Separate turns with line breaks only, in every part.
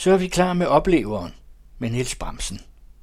Så er vi klar med opleveren med Niels Bramsen.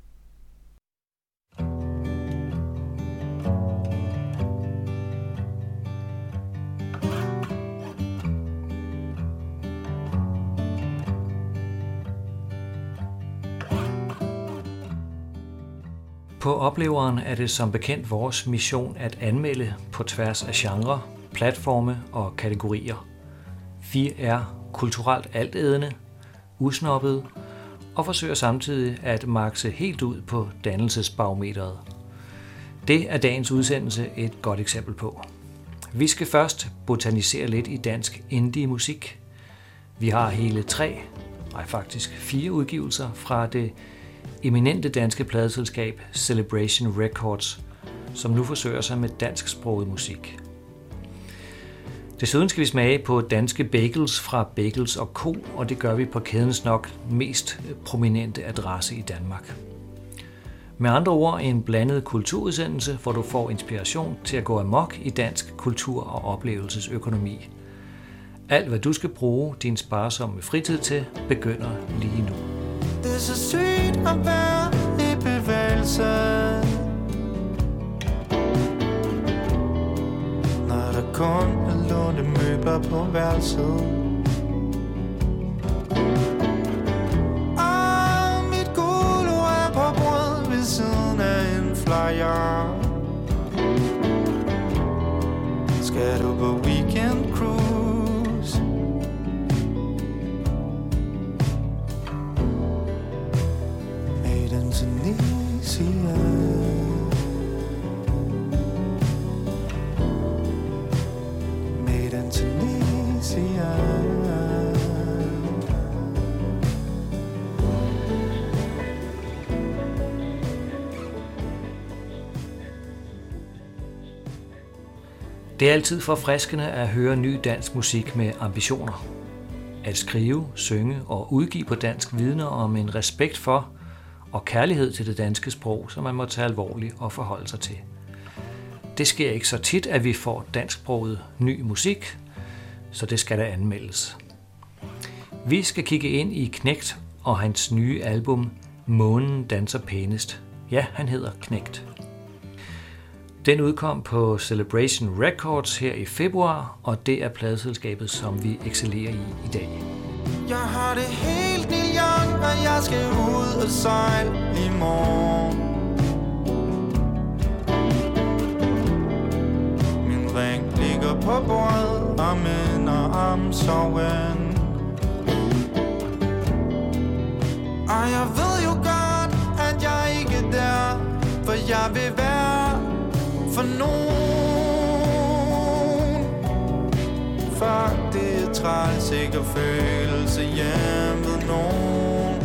På opleveren er det som bekendt vores mission at anmelde på tværs af genre, platforme og kategorier. Vi er kulturelt altædende, usnobbede og forsøger samtidig at makse helt ud på dannelsesbarometeret. Det er dagens udsendelse et godt eksempel på. Vi skal først botanisere lidt i dansk indie-musik. Vi har hele 4 udgivelser fra det eminente danske pladeselskab Celebration Records, som nu forsøger sig med dansksproget musik. Desuden skal vi smage på danske bagels fra Bagels & Co., og det gør vi på kædens nok mest prominente adresse i Danmark. Med andre ord en blandet kulturudsendelse, hvor du får inspiration til at gå amok i dansk kultur- og oplevelsesøkonomi. Alt hvad du skal bruge din sparsomme fritid til, begynder lige nu.
Det er så sygt at være i bevægelse, når der kun er lånte møbler på værelset. Og mit gulv er på brød ved siden af en flyer. Skal du på weekend cruise? Made in Tunisia.
Det er altid forfriskende at høre ny dansk musik med ambitioner. At skrive, synge og udgive på dansk vidner om en respekt for og kærlighed til det danske sprog, som man må tage alvorligt og forholde sig til. Det sker ikke så tit, at vi får dansksproget ny musik, så det skal der anmeldes. Vi skal kigge ind i Knægt og hans nye album Månen danser pænest. Ja, han hedder Knægt. Den udkom på Celebration Records her i februar, og det er pladeselskabet, som vi excellerer i dag.
Jeg har det helt million, og jeg skal ud og sejle i morgen. Min ring ligger på bordet, og minder om sorgen. Og jeg ved jo godt, at jeg ikke er der, for jeg vil være for nogen. Fuck, det er træls ikke at føle sig hjemme ved nogen.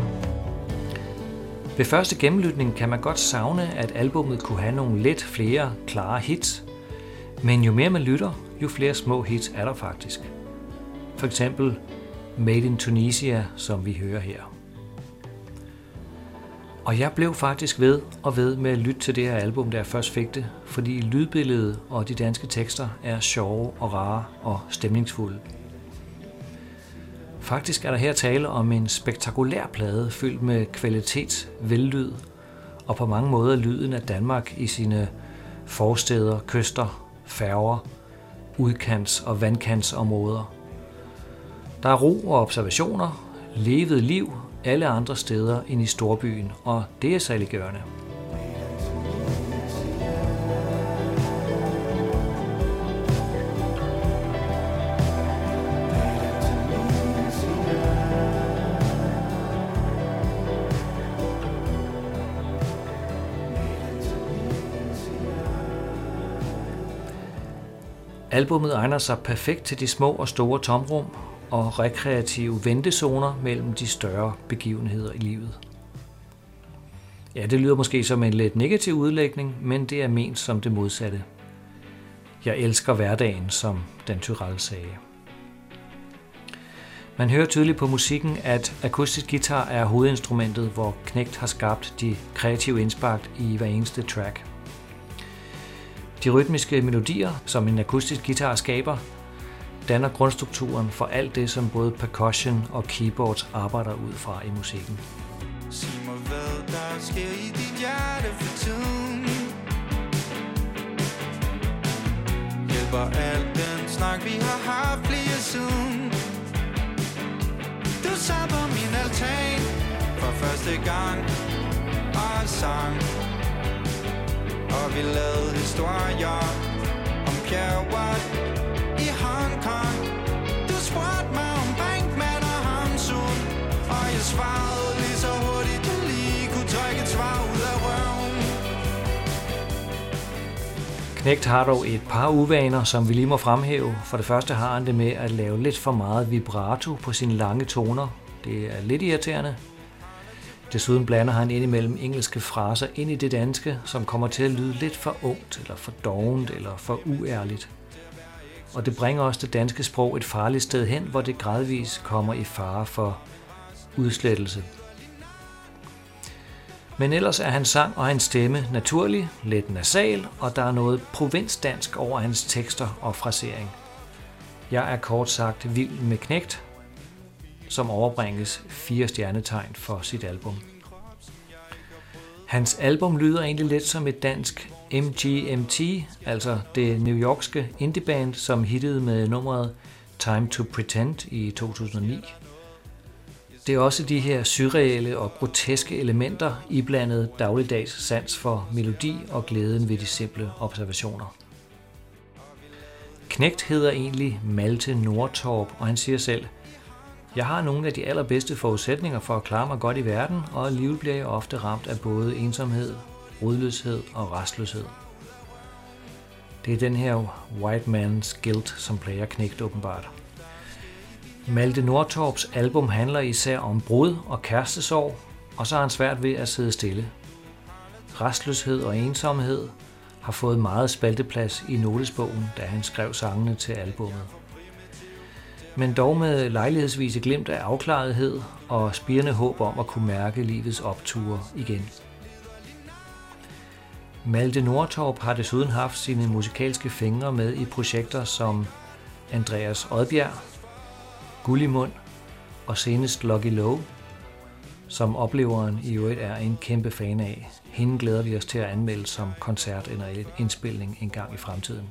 Ved første gennemlytning kan man godt savne, at albummet kunne have nogle lidt flere klare hits. Men jo mere man lytter, jo flere små hits er der faktisk. For eksempel Made in Tunisia, som vi hører her. Og jeg blev faktisk ved med at lytte til det her album, da jeg først fik det, fordi lydbilledet og de danske tekster er sjove og rare og stemningsfulde. Faktisk er der her tale om en spektakulær plade fyldt med kvalitets, vellyd og på mange måder lyden af Danmark i sine forstæder, kyster, færger, udkants- og vandkantsområder. Der er ro og observationer, levet liv alle andre steder end i storbyen, og det er saliggørende. Albummet egner sig perfekt til de små og store tomrum og rekreative ventezoner mellem de større begivenheder i livet. Ja, det lyder måske som en lidt negativ udlægning, men det er ment som det modsatte. Jeg elsker hverdagen, som Dan Tyrell sagde. Man hører tydeligt på musikken, at akustisk guitar er hovedinstrumentet, hvor Knægt har skabt de kreative indspark i hver eneste track. De rytmiske melodier, som en akustisk guitar skaber, danner grundstrukturen for alt det, som både percussion og keyboards arbejder ud fra i musikken.
Sig mig, hvad der sker i dit hjerte for tiden. Hjælper alt den snak, vi har haft lige siden. Du sad på min altan for første gang og sang. Og vi lavede historier om Pierre Watt i Hong Kong. Du spurgte mig om Bankman og Hamsun, og jeg svarede lige så hurtigt du lige kunne trække et svar ud af røven.
Knægt har dog et par uvaner, som vi lige må fremhæve. For det første har han det med at lave lidt for meget vibrato på sine lange toner. Det er lidt irriterende. Desuden blander han indimellem engelske fraser ind i det danske, som kommer til at lyde lidt for ungt, eller for dovent, eller for uærligt. Og det bringer også det danske sprog et farligt sted hen, hvor det gradvis kommer i fare for udslettelse. Men ellers er hans sang og hans stemme naturlig, lidt nasal, og der er noget provinsdansk over hans tekster og frasering. Jeg er kort sagt vild med Knægt, som overbringes 4 stjernetegn for sit album. Hans album lyder egentlig lidt som et dansk MGMT, altså det New Yorkske indieband, som hittede med nummeret Time to Pretend i 2009. Det er også de her surreale og groteske elementer iblandet dagligdags sans for melodi og glæden ved de simple observationer. Knægt hedder egentlig Malte Nordtorp, og han siger selv: "Jeg har nogle af de allerbedste forudsætninger for at klare mig godt i verden, og alligevel bliver jeg ofte ramt af både ensomhed, rodløshed og rastløshed." Det er den her white man's guilt, som plager Knægt åbenbart. Malte Nordtorps album handler især om brud og kærestesorg, og så har han svært ved at sidde stille. Rastløshed og ensomhed har fået meget spalteplads i notesbogen, da han skrev sangene til albummet. Men dog med lejlighedsvise glimt af afklarethed og spirende håb om at kunne mærke livets opture igen. Malte Nordtorp har desuden haft sine musikalske fingre med i projekter som Andreas Odbjerg, Gullimund og senest Lucky Low, som opleveren i øvrigt er en kæmpe fan af. Hende glæder vi os til at anmelde som koncert eller indspilning en gang i fremtiden.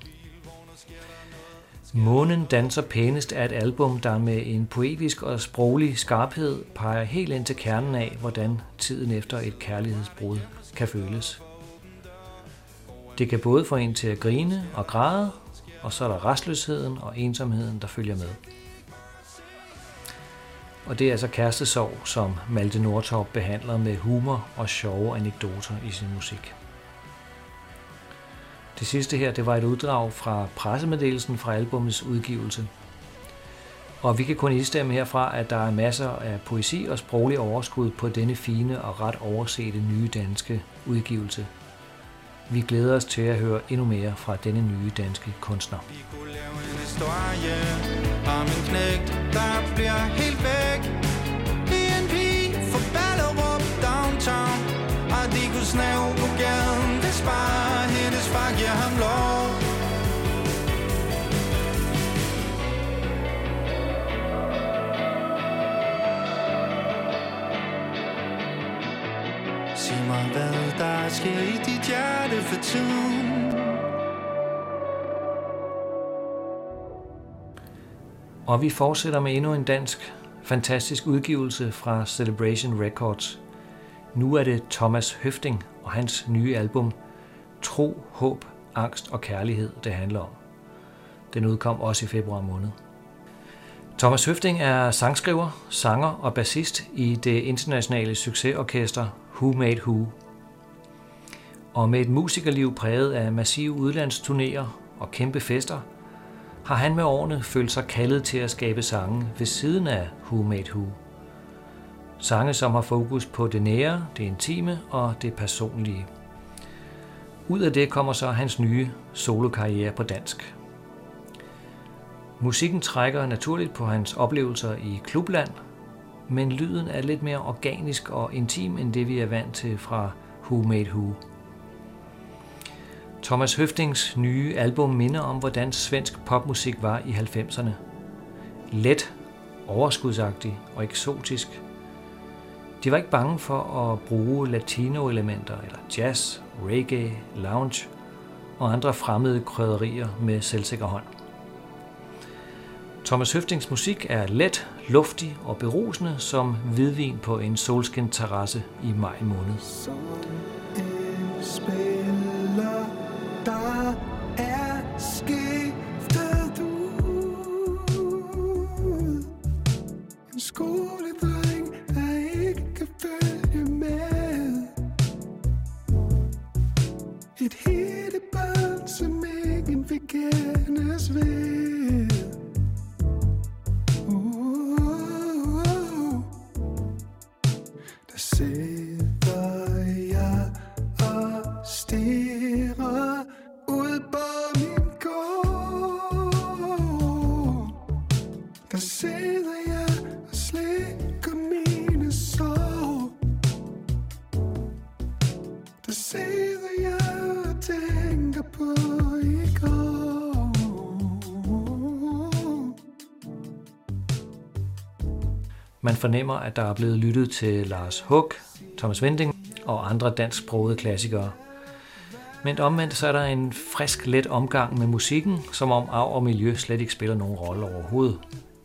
Månen danser pænest er et album, der med en poetisk og sproglig skarphed peger helt ind til kernen af, hvordan tiden efter et kærlighedsbrud kan føles. Det kan både få en til at grine og græde, og så er der rastløsheden og ensomheden, der følger med. Og det er altså kærestesorg, som Malte Nordtorp behandler med humor og sjove anekdoter i sin musik. Det sidste her, det var et uddrag fra pressemeddelelsen fra albumets udgivelse. Og vi kan kun istemme herfra, at der er masser af poesi og sproglig overskud på denne fine og ret oversete nye danske udgivelse. Vi glæder os til at høre endnu mere fra denne nye danske kunstner.
Vi kunne lave en historie om en knægt, der bliver helt væk. I en pige for Ballerup downtown, og de kunne snæve på gaden, hvis bare hendes far giver ham lov. Sig mig, hvad der sker i dit hjerte for tiden.
Og vi fortsætter med endnu en dansk, fantastisk udgivelse fra Celebration Records. Nu er det Thomas Høfting og hans nye album Tro, Håb, Angst og Kærlighed, det handler om. Den udkom også i februar måned. Thomas Høfting er sangskriver, sanger og bassist i det internationale succesorkester Who Made Who. Og med et musikerliv præget af massive udlandsturnéer og kæmpe fester, har han med årene følt sig kaldet til at skabe sange ved siden af Who Made Who. Sange, som har fokus på det nære, det intime og det personlige. Ud af det kommer så hans nye solokarriere på dansk. Musikken trækker naturligt på hans oplevelser i klubland, men lyden er lidt mere organisk og intim end det vi er vant til fra Who Made Who. Thomas Høftings nye album minder om, hvordan svensk popmusik var i 90'erne. Let, overskudsagtig og eksotisk. De var ikke bange for at bruge latino-elementer eller jazz, reggae, lounge og andre fremmede krydderier med selvsikker hånd. Thomas Høftings musik er let, luftig og berusende som hvidvin på en solskin-terrasse i maj måned.
Der er skiftet ud. En skoledreng, der ikke kan følge med. Et hittebarn, som ingen vil kendes ved. Der sidder jeg og stirrer ud på min gård. Der sidder jeg og slikker mine sår. Der sidder jeg og tænker på i går.
Man fornemmer, at der er blevet lyttet til Lars Hug, Thomas Winding og andre dansksprogede klassikere. Men omvendt så er der en frisk, let omgang med musikken, som om arv og miljø slet ikke spiller nogen rolle overhovedet.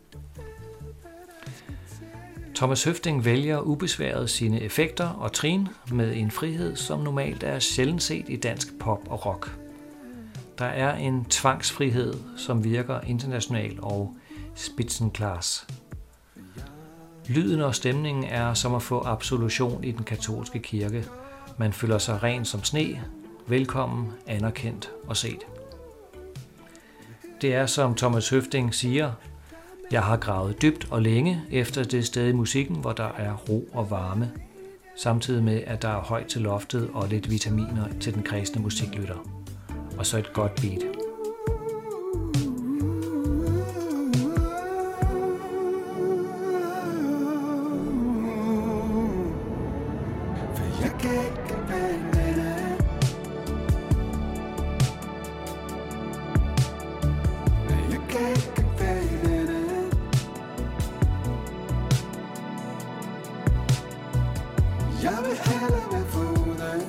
Thomas Høfting vælger ubesværet sine effekter og trin med en frihed, som normalt er sjældent set i dansk pop og rock. Der er en tvangsfrihed, som virker international og Spitzenklasse. Lyden og stemningen er som at få absolution i den katolske kirke. Man føler sig ren som sne, velkommen, anerkendt og set. Det er som Thomas Høfting siger, jeg har gravet dybt og længe efter det sted i musikken, hvor der er ro og varme, samtidig med at der er højt til loftet og lidt vitaminer til den kredsende musiklytter. Og så et godt beat.
Jeg vil hellere være foden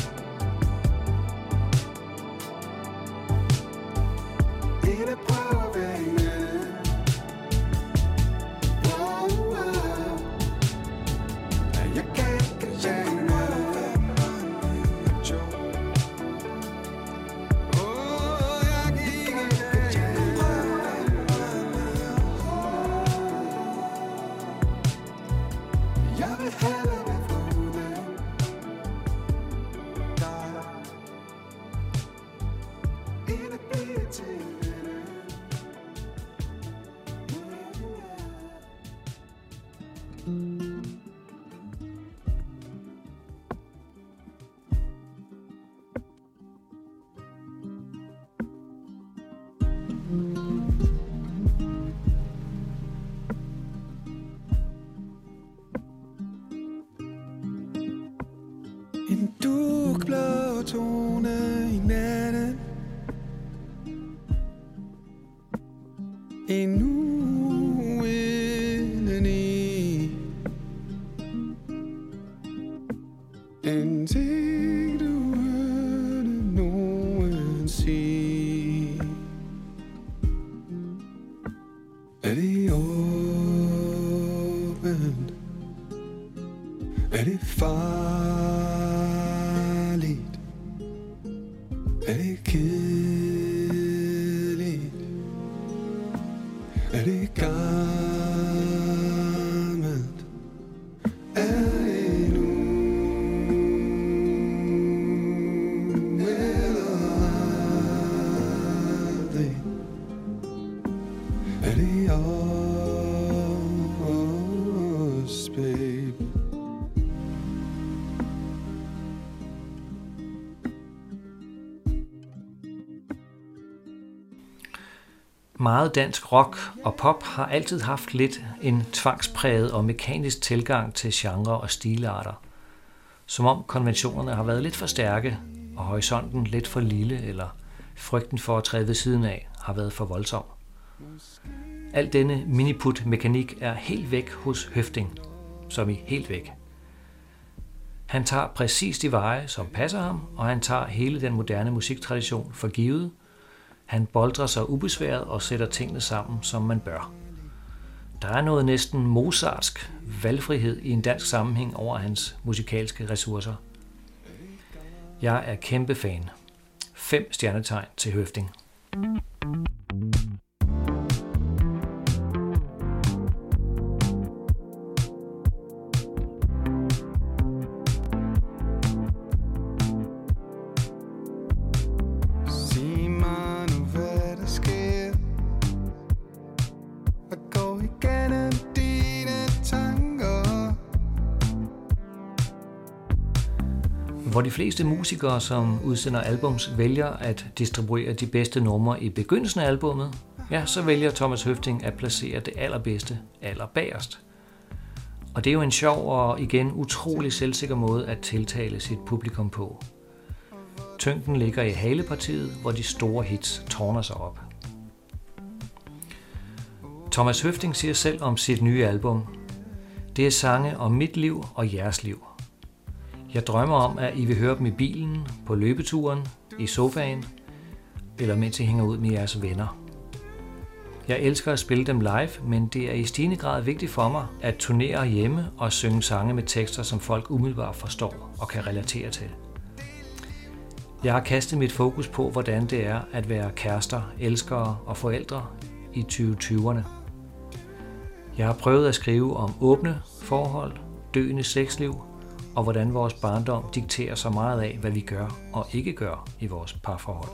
end at prøve at vinde. Jeg kan ikke tænke jeg vil hellere være foden end at blive til en dugblå tone i natten. En uendelig. En ting du hørte nogen sige. Er det åbent? Er det farligt? Er det kedeligt? Er det gammelt? Er det nu? Eller aldrig? Er det os, baby?
Meget dansk rock og pop har altid haft lidt en tvangspræget og mekanisk tilgang til genre og stilarter. Som om konventionerne har været lidt for stærke, og horisonten lidt for lille, eller frygten for at træde ved siden af har været for voldsom. Al denne miniput-mekanik er helt væk hos Høffding, som i helt væk. Han tager præcis de veje, som passer ham, og han tager hele den moderne musiktradition for givet. Han boltrer sig ubesværet og sætter tingene sammen, som man bør. Der er noget næsten mozartsk valgfrihed i en dansk sammenhæng over hans musikalske ressourcer. Jeg er kæmpe fan. 5 stjernetegn til Høffding. Hvor de fleste musikere, som udsender albums, vælger at distribuere de bedste numre i begyndelsen af albummet, ja, så vælger Thomas Høffding at placere det allerbedste allerbagerst. Og det er jo en sjov og igen utrolig selvsikker måde at tiltale sit publikum på. Tyngden ligger i halepartiet, hvor de store hits tårner sig op. Thomas Høffding siger selv om sit nye album: "Det er sange om mit liv og jeres liv. Jeg drømmer om, at I vil høre dem i bilen, på løbeturen, i sofaen, eller mens I hænger ud med jeres venner. Jeg elsker at spille dem live, men det er i stigende grad vigtigt for mig at turnere hjemme og synge sange med tekster, som folk umiddelbart forstår og kan relatere til. Jeg har kastet mit fokus på, hvordan det er at være kærester, elskere og forældre i 2020'erne. Jeg har prøvet at skrive om åbne forhold, døende sexliv, og hvordan vores barndom dikterer så meget af, hvad vi gør og ikke gør i vores parforhold.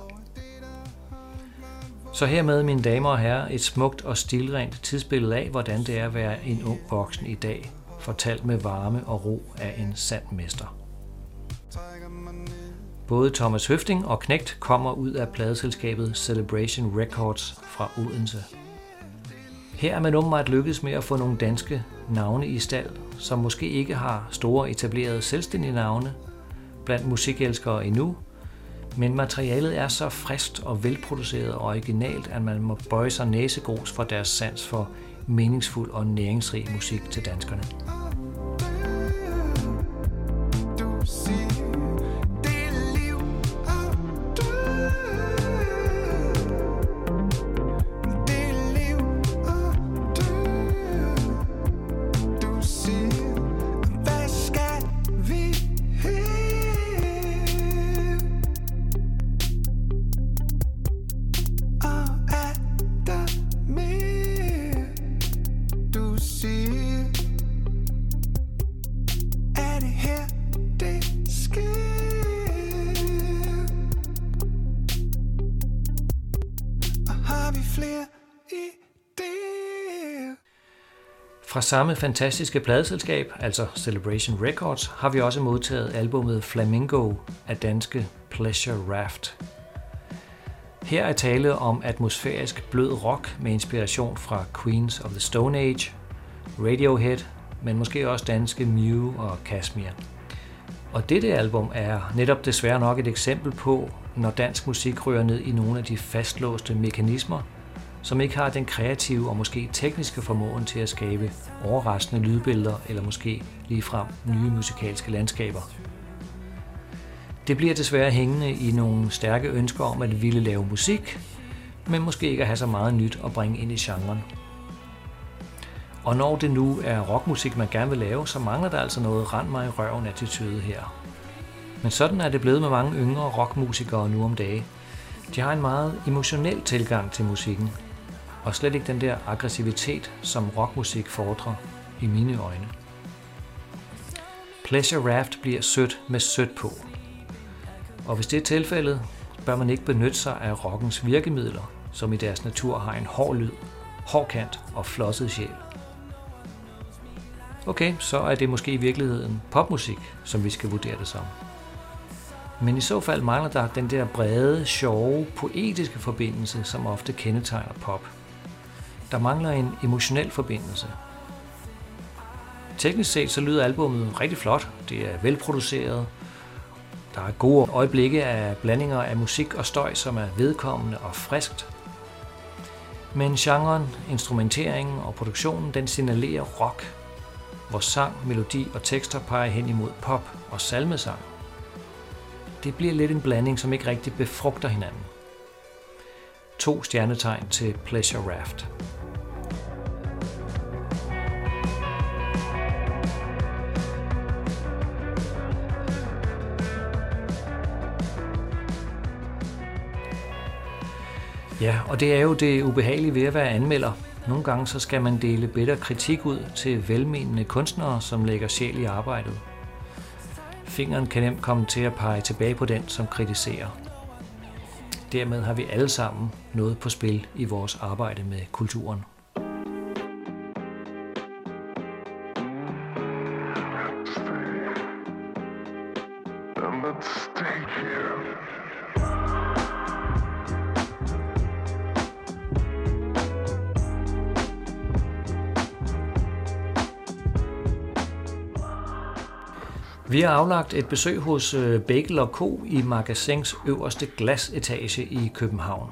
Så hermed, mine damer og herrer, et smukt og stilrent tidsbillede af, hvordan det er at være en ung voksen i dag, fortalt med varme og ro af en sand mester. Både Thomas Høffding og Knægt kommer ud af pladeselskabet Celebration Records fra Odense. Her er man åbenbart lykkedes med at få nogle danske navne i stald, som måske ikke har store etablerede selvstændige navne blandt musikelskere endnu, men materialet er så friskt og velproduceret og originalt, at man må bøje sig næsegrus for deres sans for meningsfuld og næringsrig musik til danskerne. Fra samme fantastiske pladeselskab, altså Celebration Records, har vi også modtaget albumet Flamingo af danske Pleasure Raft. Her er tale om atmosfærisk blød rock med inspiration fra Queens of the Stone Age, Radiohead, men måske også danske Mew og Kashmir. Og dette album er netop desværre nok et eksempel på, når dansk musik rører ned i nogle af de fastlåste mekanismer, som ikke har den kreative og måske tekniske formåen til at skabe overraskende lydbilleder eller måske ligefrem nye musikalske landskaber. Det bliver desværre hængende i nogle stærke ønsker om at ville lave musik, men måske ikke at have så meget nyt at bringe ind i genren. Og når det nu er rockmusik, man gerne vil lave, så mangler der altså noget rend mig i røven attitude her. Men sådan er det blevet med mange yngre rockmusikere nu om dage. De har en meget emotionel tilgang til musikken, og slet ikke den der aggressivitet, som rockmusik fordrer i mine øjne. Pleasure Raft bliver sødt med sødt på. Og hvis det er tilfældet, bør man ikke benytte sig af rockens virkemidler, som i deres natur har en hård lyd, hård kant og flosset sjæl. Okay, så er det måske i virkeligheden popmusik, som vi skal vurdere det som. Men i så fald mangler der den der brede, sjove, poetiske forbindelse, som ofte kendetegner pop. Der mangler en emotionel forbindelse. Teknisk set så lyder albummet rigtig flot. Det er velproduceret, Der er gode øjeblikke af blandinger af musik og støj, som er vedkommende og friskt. Men genren, instrumenteringen og produktionen, den signalerer rock, hvor sang, melodi og tekster peger hen imod pop og salmesang. Det bliver lidt en blanding, som ikke rigtig befrugter hinanden. 2 stjernetegn til Pleasure Raft. Ja, og det er jo det ubehagelige ved at være anmelder. Nogle gange så skal man dele bitter kritik ud til velmenende kunstnere, som lægger sjæl i arbejdet. Fingeren kan nemt komme til at pege tilbage på den, som kritiserer. Dermed har vi alle sammen noget på spil i vores arbejde med kulturen. Vi har aflagt et besøg hos Bagel & Co. i Magasins øverste glasetage i København.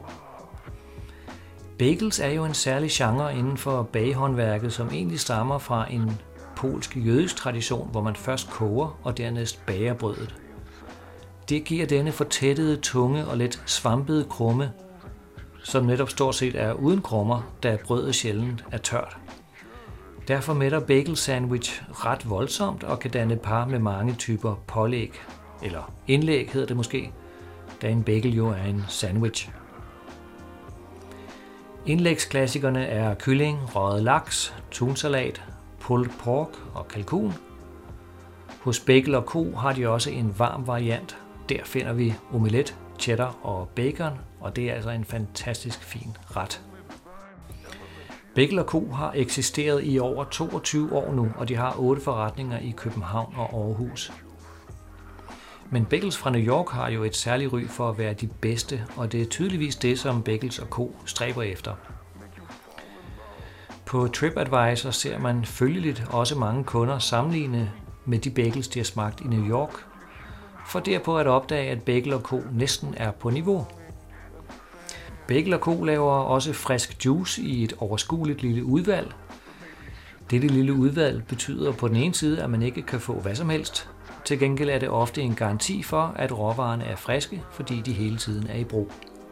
Bagels er jo en særlig genre inden for bagehåndværket, som egentlig stammer fra en polsk-jødisk tradition, hvor man først koger og dernæst bager brødet. Det giver denne fortættede, tunge og lidt svampede krumme, som netop stort set er uden krummer, da brødet sjældent er tørt. Derfor mætter bagel sandwich ret voldsomt og kan danne par med mange typer pålæg, eller indlæg hedder det måske, da en bagel jo er en sandwich. Indlægsklassikerne er kylling, røget laks, tunsalat, pulled pork og kalkun. Hos Bagel & Co. har de også en varm variant. Der finder vi omelet, cheddar og bacon, og det er altså en fantastisk fin ret. Bagel & Co. har eksisteret i over 22 år nu, og de har 8 forretninger i København og Aarhus. Men bagels fra New York har jo et særligt ry for at være de bedste, og det er tydeligvis det, som Bagels & Co. stræber efter. På TripAdvisor ser man følgeligt også mange kunder sammenligne med de bagels, de har smagt i New York, for derpå at opdage, at Bagel & Co. næsten er på niveau. Bagel & Co. laver også frisk juice i et overskueligt lille udvalg. Dette lille udvalg betyder på den ene side, at man ikke kan få hvad som helst. Til gengæld er det ofte en garanti for, at råvarerne er friske, fordi de hele tiden er i brug.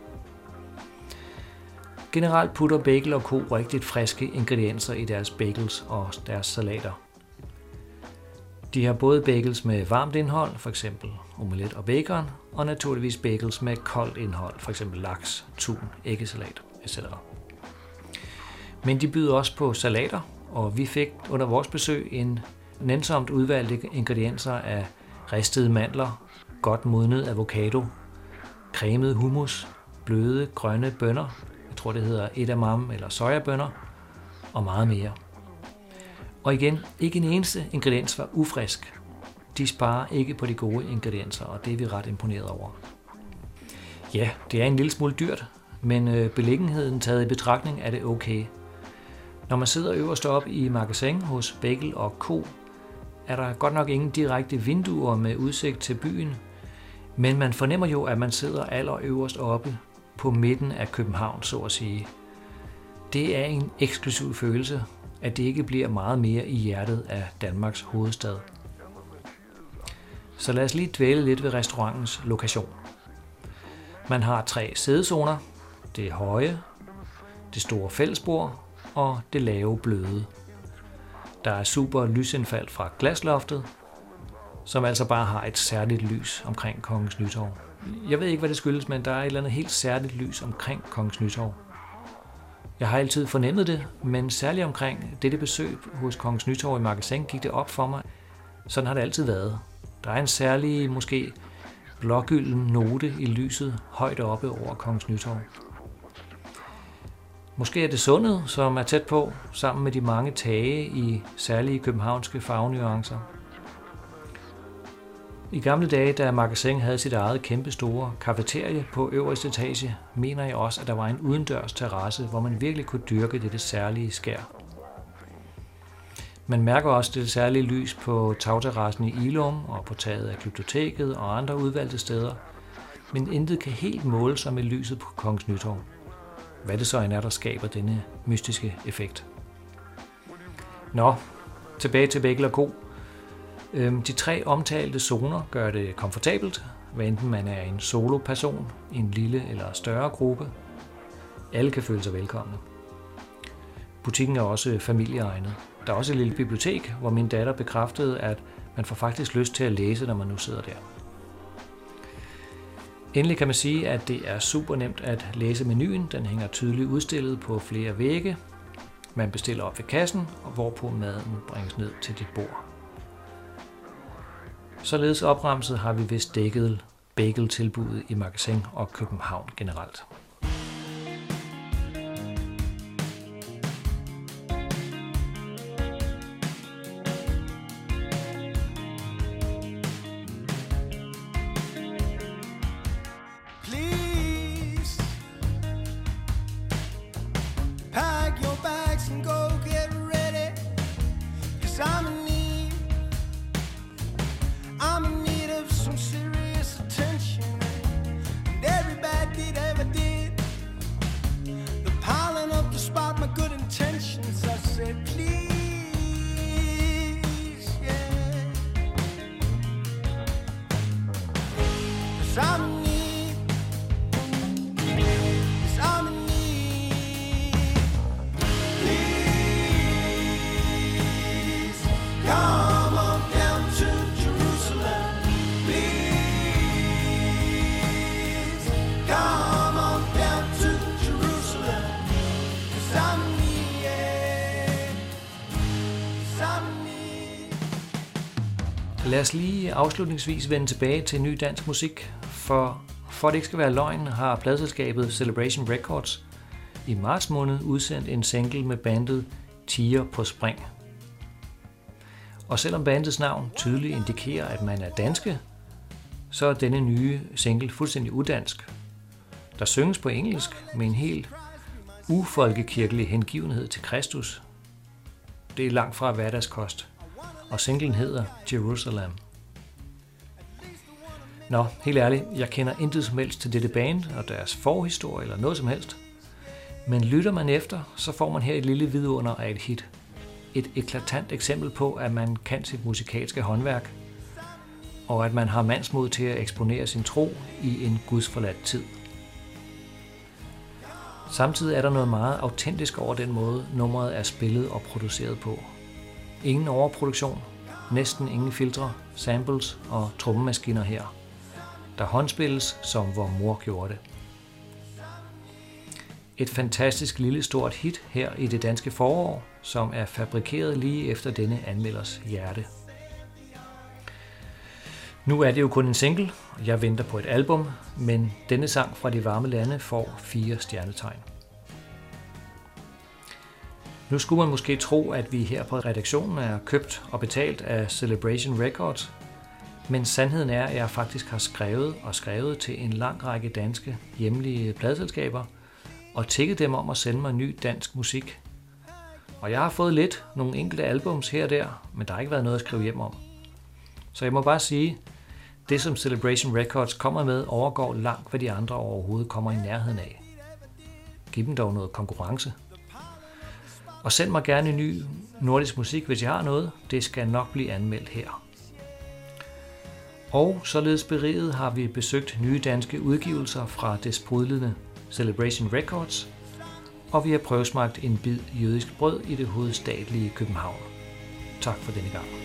Generelt putter Bagel & Co. rigtigt friske ingredienser i deres bagels og deres salater. De har både bagels med varmt indhold, f.eks. omelet og bacon, og naturligvis bagels med koldt indhold, f.eks. laks, tun, æggesalat, etc. Men de byder også på salater, og vi fik under vores besøg en nænsomt udvalgte ingredienser af ristede mandler, godt modnet avocado, cremet hummus, bløde grønne bønner, jeg tror det hedder edamame eller sojabønner, og meget mere. Og igen, ikke en eneste ingrediens var ufrisk. De sparer ikke på de gode ingredienser, og det er vi ret imponeret over. Ja, det er en lille smule dyrt, men beliggenheden taget i betragtning er det okay. Når man sidder øverst op i Magasin hos Bagel & Co., er der godt nok ingen direkte vinduer med udsigt til byen, men man fornemmer jo, at man sidder allerøverst oppe på midten af København, så at sige. Det er en eksklusiv følelse, at det ikke bliver meget mere i hjertet af Danmarks hovedstad. Så lad os lige dvæle lidt ved restaurantens lokation. Man har 3 sædezoner, det høje, det store fællesbord og det lave bløde. Der er super lysindfald fra glasloftet, som altså bare har et særligt lys omkring Kongens Nytorv. Jeg ved ikke, hvad det skyldes, men der er et eller andet helt særligt lys omkring Kongens Nytorv. Jeg har altid fornemmet det, men særligt omkring dette besøg hos Kongens Nytorv i Magasin gik det op for mig. Sådan har det altid været. Der er en særlig, måske blågylden note i lyset højt oppe over Kongens Nytorv. Måske er det Sundet, som er tæt på, sammen med de mange tage i særlige københavnske farvenuancer. I gamle dage, da Magasin havde sit eget kæmpe store kafeterie på øverste etage, mener jeg også, at der var en udendørs terrasse, hvor man virkelig kunne dyrke dette særlige skær. Man mærker også det særlige lys på tagterrassen i Ilum og på taget af Glyptoteket og andre udvalgte steder, men intet kan helt måle sig med lyset på Kongens Nytorv. Hvad det så end er, der skaber denne mystiske effekt. Nå, tilbage til Begel og Co. De 3 omtalte zoner gør det komfortabelt, hvad enten man er en solo-person, en lille eller større gruppe. Alle kan føle sig velkomne. Butikken er også familieegnet. Der er også et lille bibliotek, hvor min datter bekræftede, at man får faktisk lyst til at læse, når man nu sidder der. Endelig kan man sige, at det er super nemt at læse menuen. Den hænger tydeligt udstillet på flere vægge. Man bestiller op ved kassen, og hvorpå maden bringes ned til dit bord. Således opremset har vi vist dækket bagel-tilbuddet i Magasin og København generelt. Lad os lige afslutningsvis vende tilbage til ny dansk musik, for det ikke skal være løgn, har pladeselskabet Celebration Records i marts måned udsendt en single med bandet Tiger på Spring. Og selvom bandets navn tydeligt indikerer, at man er danske, så er denne nye single fuldstændig udansk. Der synges på engelsk med en helt ufolkekirkelig hengivenhed til Kristus. Det er langt fra hverdagskost. Og singlen hedder Jerusalem. Nå, helt ærligt, jeg kender intet som helst til dette band og deres forhistorie eller noget som helst. Men lytter man efter, så får man her et lille vidunder af et hit. Et eklatant eksempel på, at man kan sit musikalske håndværk, og at man har mandsmod til at eksponere sin tro i en gudsforladt tid. Samtidig er der noget meget autentisk over den måde, nummeret er spillet og produceret på. Ingen overproduktion, næsten ingen filtre, samples og trommemaskiner her. Der håndspilles, som vor mor gjorde det. Et fantastisk lille stort hit her i det danske forår, som er fabrikeret lige efter denne anmelders hjerte. Nu er det jo kun en single, og jeg venter på et album, men denne sang fra de varme lande får 4 stjernetegn. Nu skulle man måske tro, at vi her på redaktionen er købt og betalt af Celebration Records, men sandheden er, at jeg faktisk har skrevet til en lang række danske hjemlige pladeselskaber og tikket dem om at sende mig ny dansk musik. Og jeg har fået nogle enkelte albums her og der, men der har ikke været noget at skrive hjem om. Så jeg må bare sige, det som Celebration Records kommer med overgår langt, hvad de andre overhovedet kommer i nærheden af. Giv dem dog noget konkurrence. Og send mig gerne ny nordisk musik, hvis I har noget. Det skal nok blive anmeldt her. Og således beriget har vi besøgt nye danske udgivelser fra det sprudlende Celebration Records, og vi har prøvesmagt en bid jødisk brød i det hovedstatlige København. Tak for denne gang.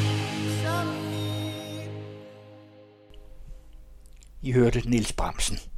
I hørte Niels Bramsen.